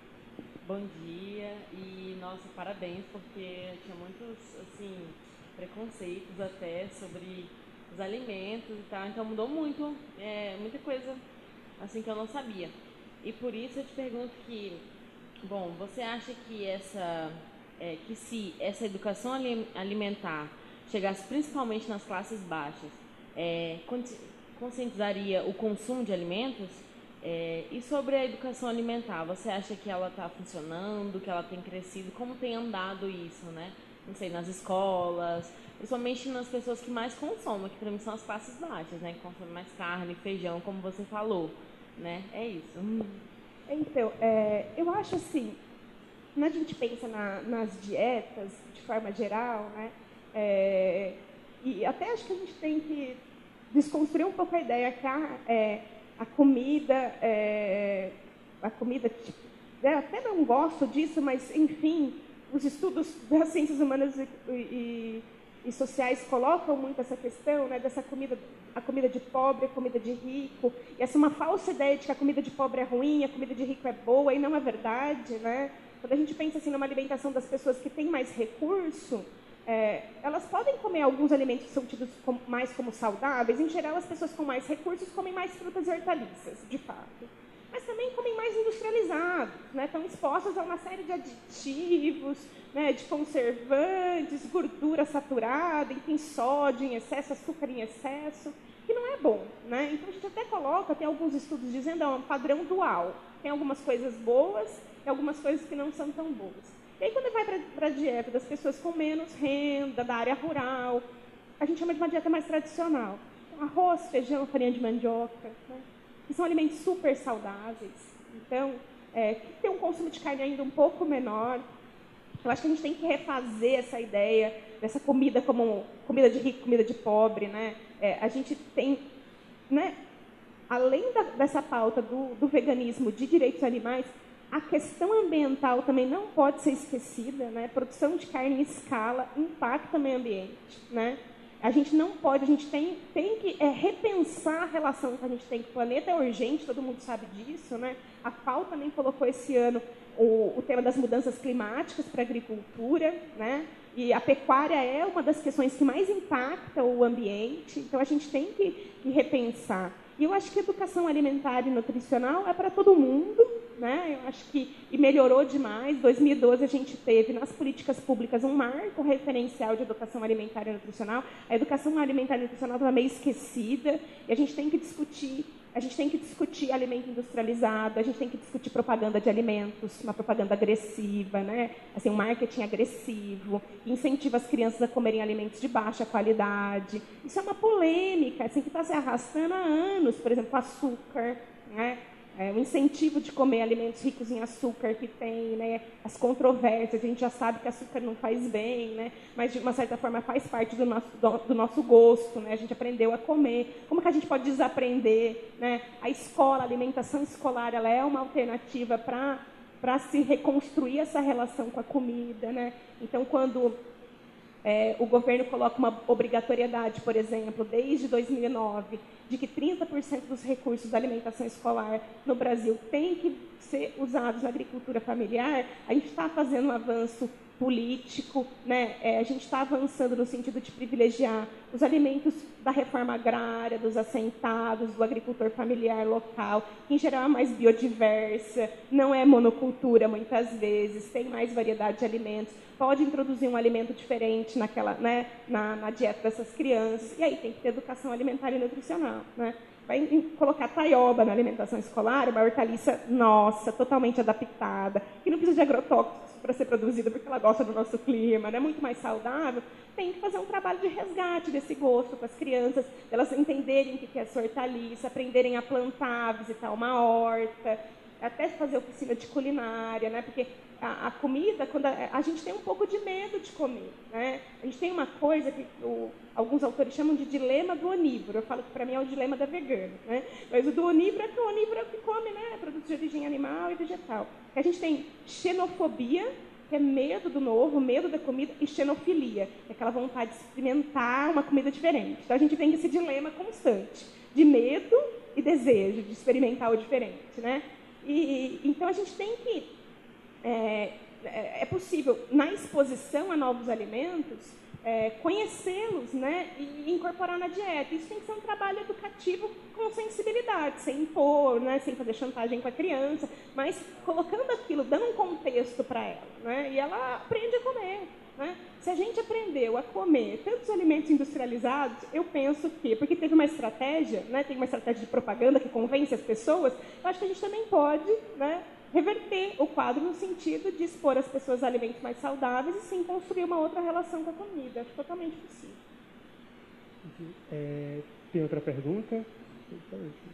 Bom dia, e nossa, parabéns, porque tinha muitos, assim, preconceitos até sobre os alimentos e tal, então mudou muito, é, muita coisa assim que eu não sabia. E por isso eu te pergunto que, bom, você acha que essa, é, que se essa educação alimentar chegasse principalmente nas classes baixas, é, conscientizaria o consumo de alimentos? É, e sobre a educação alimentar, você acha que ela está funcionando, que ela tem crescido? Como tem andado isso, né? Não sei, nas escolas, principalmente nas pessoas que mais consomem, que para mim são as classes baixas, né? Que consomem mais carne, feijão, como você falou, né? É isso. Então, é, eu acho assim, quando a gente pensa na, nas dietas, de forma geral, né? É, e até acho que a gente tem que desconstruir um pouco a ideia que a, é, a comida, é, a comida, eu até não gosto disso, mas, enfim, os estudos das ciências humanas e, e, e sociais colocam muito essa questão, né, dessa comida, a comida de pobre, a comida de rico, e essa é uma falsa ideia de que a comida de pobre é ruim, a comida de rico é boa, e não é verdade, né? Quando a gente pensa assim numa alimentação das pessoas que têm mais recurso, é, elas podem comer alguns alimentos que são tidos como, mais como saudáveis. Em geral, as pessoas com mais recursos comem mais frutas e hortaliças, de fato. Mas também comem mais industrializados, né? Estão expostos a uma série de aditivos, né? De conservantes, gordura saturada, enfim, sódio em excesso, açúcar em excesso, que não é bom, né? Então a gente até coloca, tem alguns estudos dizendo, é um padrão dual. Tem algumas coisas boas e algumas coisas que não são tão boas. E aí, quando vai para a dieta das pessoas com menos renda, da área rural, a gente chama de uma dieta mais tradicional. Então, arroz, feijão, farinha de mandioca, né? Que são alimentos super saudáveis. Então, é, que tem um consumo de carne ainda um pouco menor. Eu acho que a gente tem que refazer essa ideia dessa comida como comida de rico, comida de pobre, né? É, a gente tem, né, além da, dessa pauta do, do veganismo, de direitos animais, a questão ambiental também não pode ser esquecida, né? A produção de carne em escala impacta o meio ambiente, né? A gente não pode, a gente tem, tem que é, repensar a relação que a gente tem com o planeta. É urgente, todo mundo sabe disso, né? A FAO também colocou esse ano o, o tema das mudanças climáticas para a agricultura, né? E a pecuária é uma das questões que mais impacta o ambiente, então a gente tem que, que repensar. E eu acho que educação alimentar e nutricional é para todo mundo, né? Eu acho que e melhorou demais. Em dois mil e doze a gente teve nas políticas públicas um marco referencial de educação alimentar e nutricional. A educação alimentar e nutricional estava meio esquecida e a gente tem que discutir. A gente tem que discutir alimento industrializado, a gente tem que discutir propaganda de alimentos, uma propaganda agressiva, né? Assim, um marketing agressivo, que incentiva as crianças a comerem alimentos de baixa qualidade. Isso é uma polêmica, assim, que está se arrastando há anos, por exemplo, açúcar, né? É, o incentivo de comer alimentos ricos em açúcar que tem, né, as controvérsias, a gente já sabe que açúcar não faz bem, né, mas de uma certa forma faz parte do nosso, do, do nosso gosto, né, a gente aprendeu a comer. Como que a gente pode desaprender, né? A escola, a alimentação escolar, ela é uma alternativa para para se reconstruir essa relação com a comida, né? Então, quando É, o governo coloca uma obrigatoriedade, por exemplo, desde dois mil e nove, de que trinta por cento dos recursos da alimentação escolar no Brasil têm que ser usados na agricultura familiar, a gente está fazendo um avanço político, né? É, a gente está avançando no sentido de privilegiar os alimentos da reforma agrária, dos assentados, do agricultor familiar local, que em geral é mais biodiversa, não é monocultura muitas vezes, tem mais variedade de alimentos, pode introduzir um alimento diferente naquela, né, na, na dieta dessas crianças, e aí tem que ter educação alimentar e nutricional, né? Vai colocar taioba na alimentação escolar, uma hortaliça nossa, totalmente adaptada, que não precisa de agrotóxicos para ser produzida porque ela gosta do nosso clima, né? Muito mais saudável. Tem que fazer um trabalho de resgate desse gosto com as crianças, elas entenderem o que é essa hortaliça, aprenderem a plantar, visitar uma horta, até fazer oficina de culinária, né? Porque a, a comida, quando a, a gente tem um pouco de medo de comer, né? A gente tem uma coisa que o, alguns autores chamam de dilema do onívoro. Eu falo que para mim é o dilema da vegana, né? Mas o do onívoro é que o onívoro é o que come, né? Produtos de origem animal e vegetal. A gente tem xenofobia, que é medo do novo, medo da comida, e xenofilia, que é aquela vontade de experimentar uma comida diferente. Então a gente tem esse dilema constante de medo e desejo de experimentar o diferente, né? E, então, a gente tem que... É, é possível, na exposição a novos alimentos, é, conhecê-los, né, e incorporar na dieta. Isso tem que ser um trabalho educativo com sensibilidade, sem impor, né, sem fazer chantagem com a criança, mas colocando aquilo, dando um contexto para ela, né, e ela aprende a comer. Né? Se a gente aprendeu a comer tantos alimentos industrializados, eu penso que, porque teve uma estratégia, né, tem uma estratégia de propaganda que convence as pessoas, eu acho que a gente também pode, né, reverter o quadro no sentido de expor as pessoas a alimentos mais saudáveis e sim construir uma outra relação com a comida. Acho totalmente possível. É, tem outra pergunta? Bom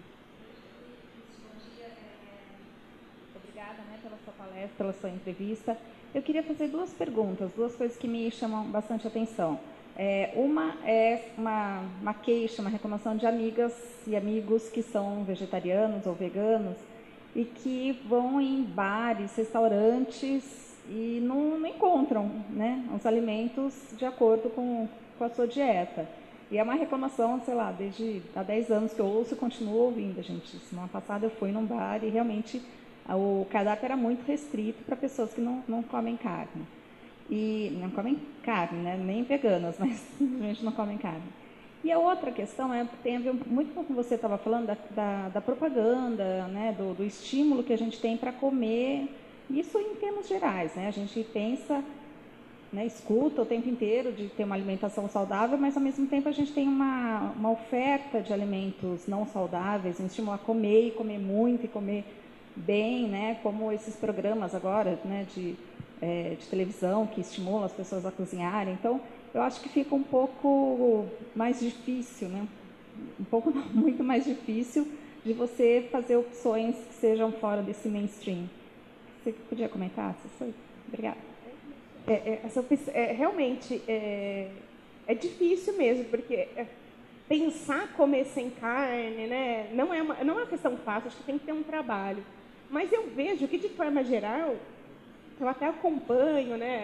dia. Obrigada, né, pela sua palestra, pela sua entrevista. Eu queria fazer duas perguntas, duas coisas que me chamam bastante atenção. É, uma é uma, uma queixa, uma reclamação de amigas e amigos que são vegetarianos ou veganos e que vão em bares, restaurantes e não, não encontram, né, os alimentos de acordo com, com a sua dieta. E é uma reclamação, sei lá, desde há dez anos que eu ouço e continuo ouvindo, gente. Semana passada eu fui num bar e realmente o cardápio era muito restrito para pessoas que não, não comem carne. E não comem carne, né? Nem veganas, mas simplesmente não comem carne. E a outra questão é, tem a ver muito com o que você estava falando, da, da, da propaganda, né? do, do estímulo que a gente tem para comer, isso em termos gerais, né? A gente pensa, né, escuta o tempo inteiro de ter uma alimentação saudável, mas ao mesmo tempo a gente tem uma, uma oferta de alimentos não saudáveis, um estímulo a comer e comer muito e comer bem, né, como esses programas agora, né, de, é, de televisão que estimulam as pessoas a cozinharem. Então, eu acho que fica um pouco mais difícil, né, um pouco não, muito mais difícil de você fazer opções que sejam fora desse mainstream. Você podia comentar? Obrigada. É, é, essa, é, realmente é, é difícil mesmo, porque é, pensar comer sem carne, né, não, é uma, não é uma questão fácil, acho que tem que ter um trabalho. Mas eu vejo que, de forma geral, eu até acompanho, né,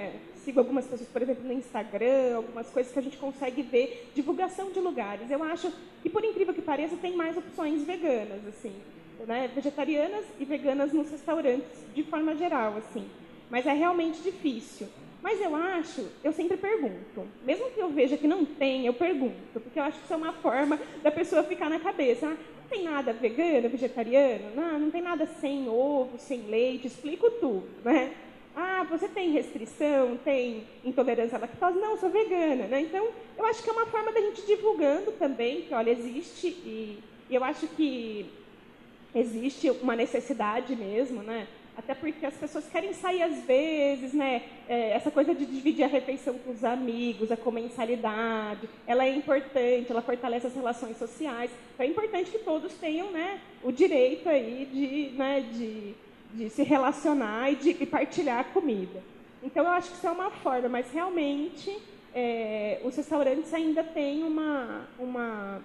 sigo algumas pessoas, por exemplo, no Instagram, algumas coisas que a gente consegue ver, divulgação de lugares. Eu acho que, por incrível que pareça, tem mais opções veganas, assim, né? Vegetarianas e veganas nos restaurantes, de forma geral, assim. Mas é realmente difícil. Mas eu acho, eu sempre pergunto. Mesmo que eu veja que não tem, eu pergunto. Porque eu acho que isso é uma forma da pessoa ficar na cabeça. Ah, não tem nada vegano, vegetariano? Não, não tem nada sem ovo, sem leite. Explico tudo, né? Ah, você tem restrição, tem intolerância à lactose? Não, eu sou vegana, né? Então, eu acho que é uma forma da gente divulgando também, que, olha, existe. E, e eu acho que existe uma necessidade mesmo, né? Até porque as pessoas querem sair às vezes, né? É, essa coisa de dividir a refeição com os amigos, a comensalidade, ela é importante, ela fortalece as relações sociais. Então é importante que todos tenham, né, o direito aí de, né, de, de se relacionar e de partilhar a comida. Então eu acho que isso é uma forma, mas realmente é, os restaurantes ainda têm uma, uma,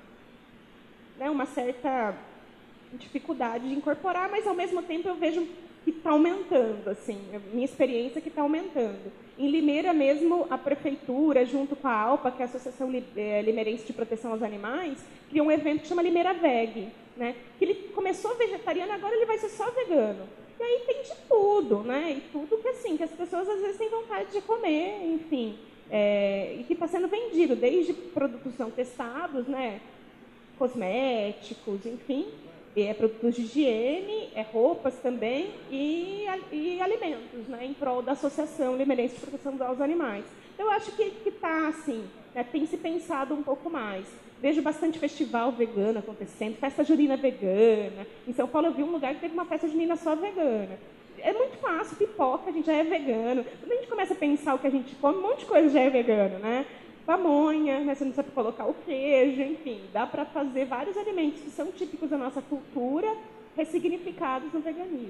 né, uma certa dificuldade de incorporar, mas ao mesmo tempo eu vejo que está aumentando, assim, minha experiência é que está aumentando. Em Limeira mesmo, a prefeitura, junto com a ALPA, que é a Associação Limeirense de Proteção aos Animais, criou um evento que chama Limeira Veg, né? Que ele começou vegetariano, agora ele vai ser só vegano. E aí tem de tudo, né? E tudo que, assim, que as pessoas às vezes têm vontade de comer, enfim. É, e que está sendo vendido, desde produtos não testados, né? Cosméticos, enfim. É produtos de higiene, é roupas também e, e alimentos, né, em prol da Associação Limeirense de Proteção aos Animais. Eu acho que está assim, né, tem se pensado um pouco mais. Vejo bastante festival vegano acontecendo, festa junina vegana. Em São Paulo eu vi um lugar que teve uma festa junina só vegana. É muito fácil, pipoca, a gente já é vegano. Quando a gente começa a pensar o que a gente come, um monte de coisa já é vegano, né? Pamonha, né? Você não sabe colocar o queijo, enfim, dá para fazer vários alimentos que são típicos da nossa cultura, ressignificados no veganismo.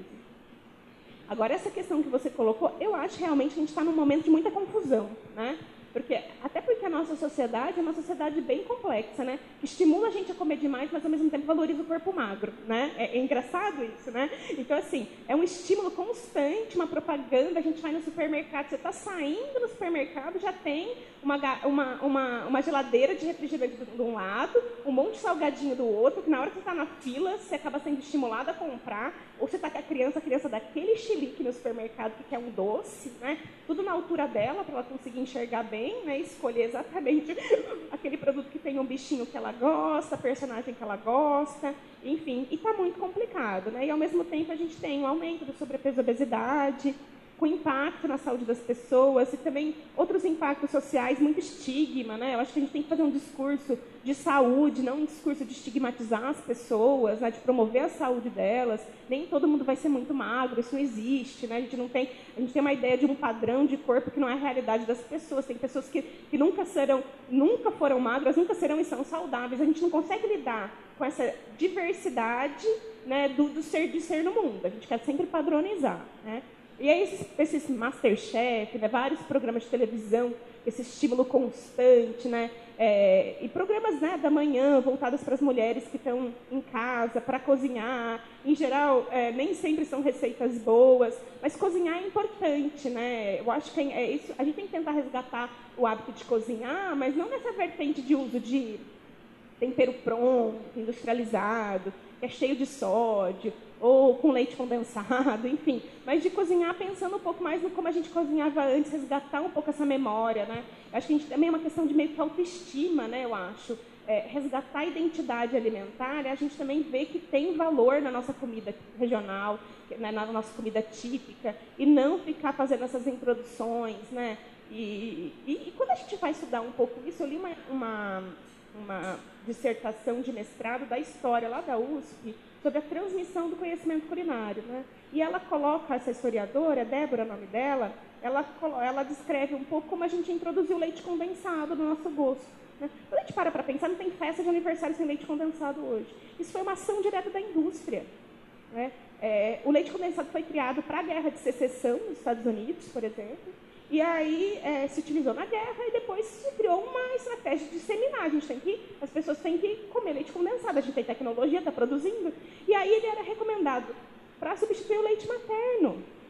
Agora, essa questão que você colocou, eu acho realmente que a gente está num momento de muita confusão, né? Porque, até porque a nossa sociedade é uma sociedade bem complexa, né? Estimula a gente a comer demais, mas ao mesmo tempo valoriza o corpo magro, né? É, é engraçado isso, né? Então, assim, é um estímulo constante, uma propaganda, a gente vai no supermercado, você está saindo no supermercado, já tem uma, uma, uma, uma geladeira de refrigerante de um lado, um monte de salgadinho do outro, que na hora que você está na fila, você acaba sendo estimulado a comprar, ou você está com a criança, a criança dá aquele chilique no supermercado que quer um doce, né? Tudo na altura dela, para ela conseguir enxergar bem, né? Escolher exatamente aquele produto que tem um bichinho que ela gosta, a personagem que ela gosta, enfim, e está muito complicado, né? E ao mesmo tempo a gente tem um aumento do sobrepeso e obesidade, com impacto na saúde das pessoas e também outros impactos sociais, muito estigma, né? Eu acho que a gente tem que fazer um discurso de saúde, não um discurso de estigmatizar as pessoas, né? De promover a saúde delas. Nem todo mundo vai ser muito magro, isso não existe, né? A gente não tem, a gente tem uma ideia de um padrão de corpo que não é a realidade das pessoas. Tem pessoas que, que nunca serão, nunca foram magras, nunca serão e são saudáveis. A gente não consegue lidar com essa diversidade, né, do, do ser de ser no mundo. A gente quer sempre padronizar, né? E aí esses, esses Masterchef, né, vários programas de televisão, esse estímulo constante, né, é, e programas, né, da manhã voltados para as mulheres que estão em casa, para cozinhar. Em geral, é, nem sempre são receitas boas, mas cozinhar é importante, né? Eu acho que é, é isso, a gente tem que tentar resgatar o hábito de cozinhar, mas não nessa vertente de uso de tempero pronto, industrializado, que é cheio de sódio, ou com leite condensado, enfim. Mas de cozinhar pensando um pouco mais no como a gente cozinhava antes, resgatar um pouco essa memória, né? Acho que a gente também é uma questão de meio que autoestima, né? Eu acho. É, resgatar a identidade alimentar, a gente também vê que tem valor na nossa comida regional, né? Na nossa comida típica, e não ficar fazendo essas introduções, né? E, e, e quando a gente vai estudar um pouco isso, eu li uma, uma, uma dissertação de mestrado da história lá da U S P, sobre a transmissão do conhecimento culinário, né? E ela coloca, essa historiadora, Débora, o nome dela, ela, ela descreve um pouco como a gente introduziu o leite condensado no nosso gosto, né? Quando a gente para para pensar, não tem festa de aniversário sem leite condensado hoje. Isso foi uma ação direta da indústria, né? É, o leite condensado foi criado para a Guerra de Secessão nos Estados Unidos, por exemplo, e aí é, se utilizou na guerra e depois se criou uma estratégia de disseminar. A gente tem que, as pessoas têm que comer leite condensado, a gente tem tecnologia, está produzindo. E aí ele era recomendado para substituir o leite materno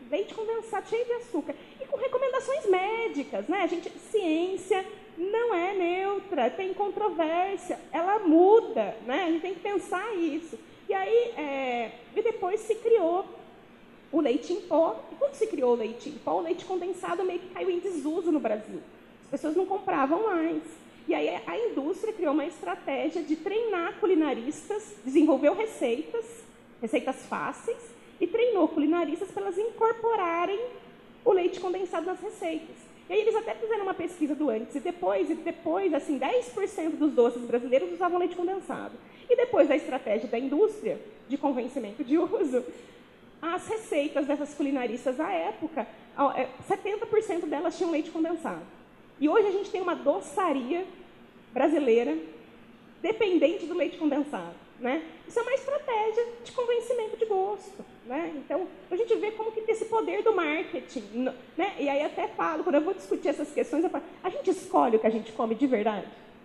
leite condensado cheio de açúcar. E com recomendações médicas, né? A gente, ciência não é neutra, tem controvérsia, ela muda, né? A gente tem que pensar isso. E aí, é, e depois se criou o leite em pó. E quando se criou o leite em pó, o leite condensado meio que caiu em desuso no Brasil. As pessoas não compravam mais. E aí a indústria criou uma estratégia de treinar culinaristas, desenvolveu receitas, receitas fáceis, e treinou culinaristas para elas incorporarem o leite condensado nas receitas. E aí eles até fizeram uma pesquisa do antes e depois, e depois, assim, dez por cento dos doces brasileiros usavam leite condensado. E depois da estratégia da indústria, de convencimento de uso, as receitas dessas culinaristas à época, setenta por cento delas tinham leite condensado. E hoje a gente tem uma doçaria brasileira dependente do leite condensado, né? Isso é uma estratégia de convencimento de gosto, né? Então, a gente vê como que tem esse poder do marketing, né? E aí até falo, quando eu vou discutir essas questões, eu falo, a gente escolhe o que a gente come de verdade?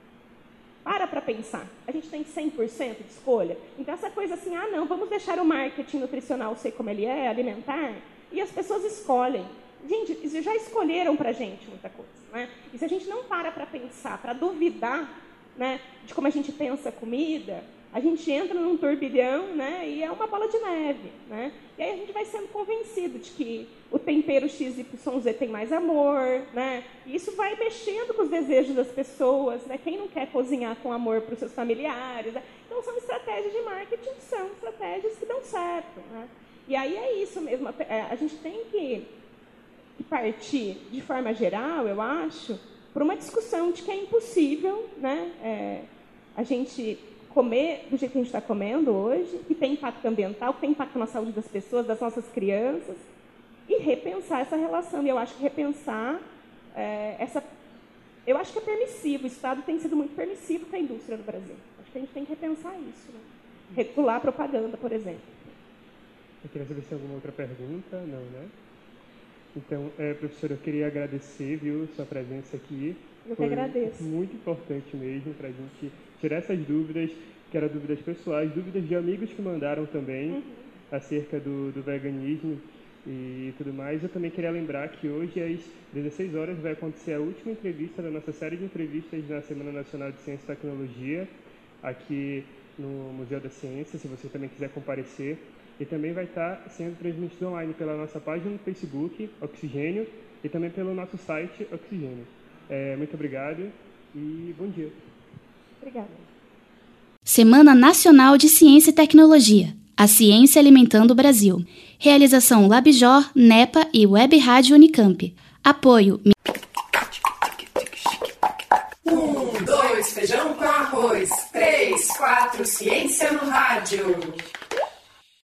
Para para pensar. A gente tem cem por cento de escolha? Então, essa coisa assim, ah, não, vamos deixar o marketing nutricional ser como ele é, alimentar, e as pessoas escolhem. Gente, eles já escolheram para a gente muita coisa, né? E se a gente não para para pensar, para duvidar, né, de como a gente pensa a comida, a gente entra num turbilhão, né, e é uma bola de neve, né? E aí a gente vai sendo convencido de que o tempero X Y Z tem mais amor, né? E isso vai mexendo com os desejos das pessoas, né? Quem não quer cozinhar com amor para os seus familiares, né? Então são estratégias de marketing, são estratégias que dão certo, né? E aí é isso mesmo, a gente tem que, que partir, de forma geral, eu acho, para uma discussão de que é impossível, né, é, a gente comer do jeito que a gente está comendo hoje, que tem impacto ambiental, que tem impacto na saúde das pessoas, das nossas crianças, e repensar essa relação. E eu acho que repensar é, essa... Eu acho que é permissivo, o Estado tem sido muito permissivo com a indústria no Brasil. Acho que a gente tem que repensar isso, né? Regular a propaganda, por exemplo. Eu queria saber se tem alguma outra pergunta. Não, né? Então, é, professora, eu queria agradecer, viu, sua presença aqui. Eu que Foi agradeço. Muito importante mesmo para a gente tirar essas dúvidas, que eram dúvidas pessoais, dúvidas de amigos que mandaram também, uhum, acerca do, do veganismo e tudo mais. Eu também queria lembrar que hoje, às dezesseis horas, vai acontecer a última entrevista da nossa série de entrevistas na Semana Nacional de Ciência e Tecnologia, aqui no Museu da Ciência, se você também quiser comparecer. E também vai estar sendo transmitido online pela nossa página no Facebook, Oxigênio, e também pelo nosso site, Oxigênio. É, muito obrigado e bom dia. Obrigada. Semana Nacional de Ciência e Tecnologia. A Ciência Alimentando o Brasil. Realização Labjor, NEPA e Web Rádio Unicamp. Apoio... Um, dois, feijão com arroz. Três, quatro, ciência no rádio.